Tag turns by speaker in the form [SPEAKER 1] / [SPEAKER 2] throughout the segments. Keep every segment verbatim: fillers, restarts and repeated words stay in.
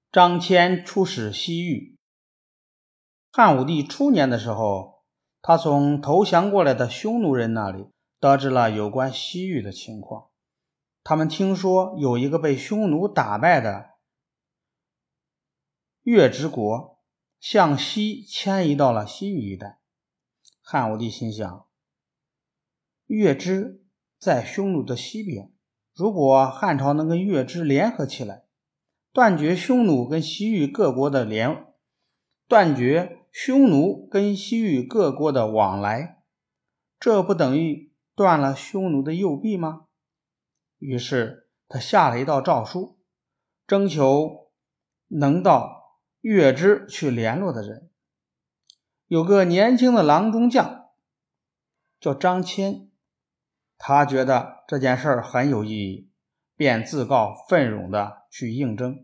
[SPEAKER 1] 张骞出使西域。汉武帝初年的时候，他从投降过来的匈奴人那里得知了有关西域的情况。他们听说有一个被匈奴打败的月支国向西迁移到了西域一带。汉武帝心想，月支在匈奴的西边，如果汉朝能跟月支联合起来，断绝匈奴跟西域各国的联断绝匈奴跟西域各国的往来，这不等于断了匈奴的右臂吗？于是他下了一道诏书，征求能到月支去联络的人。有个年轻的郎中将叫张骞，他觉得这件事很有意义，便自告奋勇的去应征。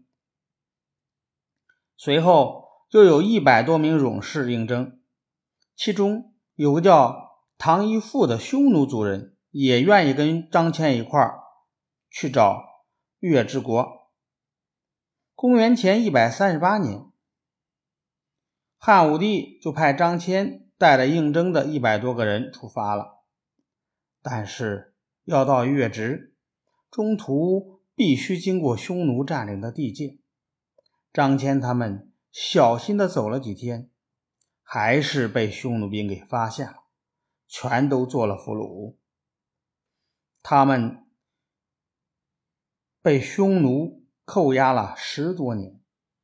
[SPEAKER 1] 随后又有一百多名勇士应征，其中有个叫唐一父的匈奴族人也愿意跟张骞一块儿去找月支国。公元前一百三十八年，汉武帝就派张骞带着应征的一百多个人出发了。但是要到月支，中途必须经过匈奴占领的地界。张骞他们小心地走了几天，还是被匈奴兵给发现了，全都做了俘虏。他们被匈奴扣押了十多年，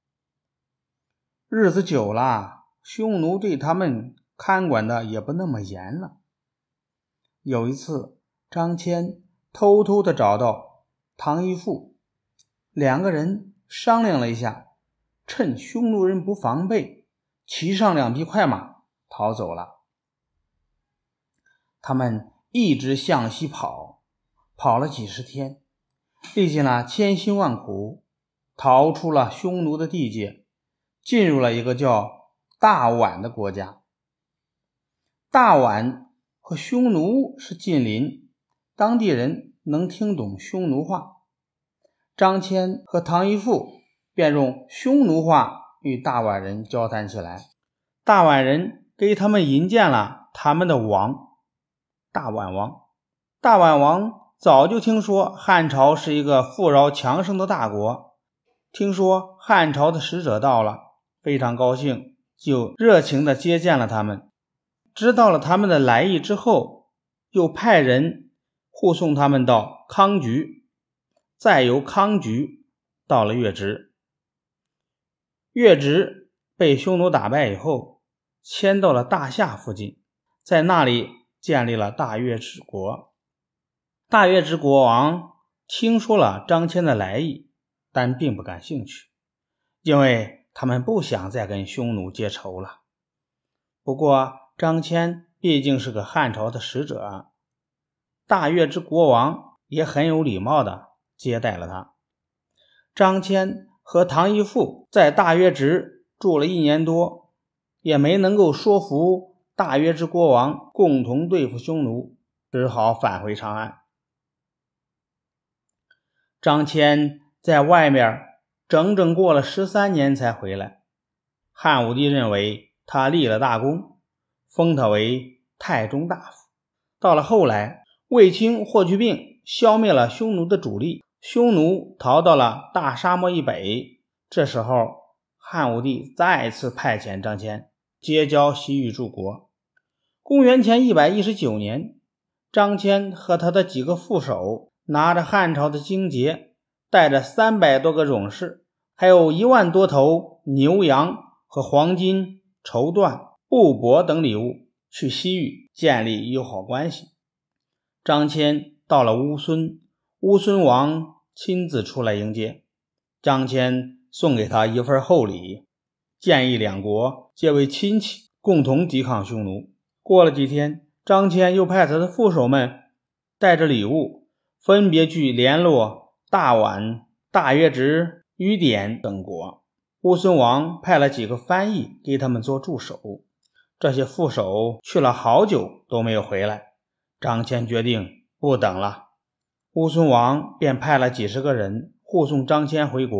[SPEAKER 1] 日子久了，匈奴对他们看管的也不那么严了。有一次，张骞偷偷地找到唐一父，两个人商量了一下，趁匈奴人不防备，骑上两匹快马逃走了。他们一直向西跑，跑了几十天，历尽了千辛万苦，逃出了匈奴的地界，进入了一个叫大宛的国家。大宛和匈奴是近邻，当地人能听懂匈奴话。张骞和唐一父便用匈奴话与大宛人交谈起来。大宛人给他们引荐了他们的王大宛王。大宛王早就听说汉朝是一个富饶强盛的大国，听说汉朝的使者到了，非常高兴，就热情地接见了他们。知道了他们的来意之后，又派人护送他们到康局，再由康局到了月支。月支被匈奴打败以后，迁到了大夏附近，在那里建立了大月支国。大月支国王听说了张骞的来意，但并不感兴趣，因为他们不想再跟匈奴结仇了。不过张骞毕竟是个汉朝的使者，大月支国王也很有礼貌地接待了他。张骞和唐一父在大月支住了一年多，也没能够说服大月支国王共同对付匈奴，只好返回长安。张骞在外面整整过了十三年才回来。汉武帝认为他立了大功，封他为太中大夫。到了后来，卫青、霍去病消灭了匈奴的主力，匈奴逃到了大沙漠以北。这时候汉武帝再次派遣张骞结交西域诸国。公元前一百一十九年，张骞和他的几个副手拿着汉朝的荆节，带着三百多个勇士，还有一万多头牛羊和黄金、绸缎、布帛等礼物，去西域建立友好关系。张骞到了乌孙，乌孙王亲自出来迎接，张骞送给他一份厚礼，建议两国结为亲戚，共同抵抗匈奴。过了几天，张骞又派他的副手们带着礼物，分别去联络大宛、大月支、于典等国。乌孙王派了几个翻译给他们做助手，这些副手去了好久都没有回来。张骞决定不等了，乌孙王便派了几十个人护送张骞回国，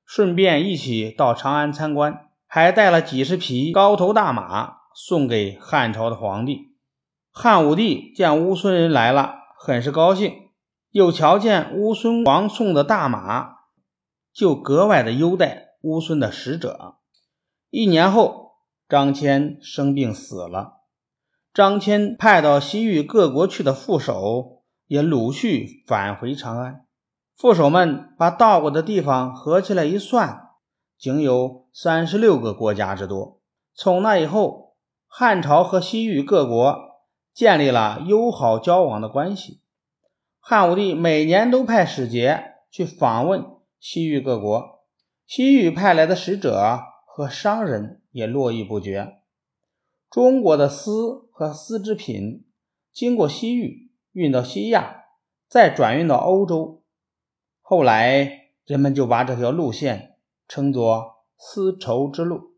[SPEAKER 1] 顺便一起到长安参观，还带了几十匹高头大马送给汉朝的皇帝。汉武帝见乌孙人来了，很是高兴，又瞧见乌孙王送的大马，就格外的优待乌孙的使者。一年后，张骞生病死了，张骞派到西域各国去的副手也陆续返回长安。副手们把到过的地方合起来一算，仅有三十六个国家之多。从那以后，汉朝和西域各国建立了友好交往的关系。汉武帝每年都派使节去访问西域各国，西域派来的使者和商人也络绎不绝。中国的丝和丝织品经过西域运到西亚，再转运到欧洲，后来人们就把这条路线称作丝绸之路。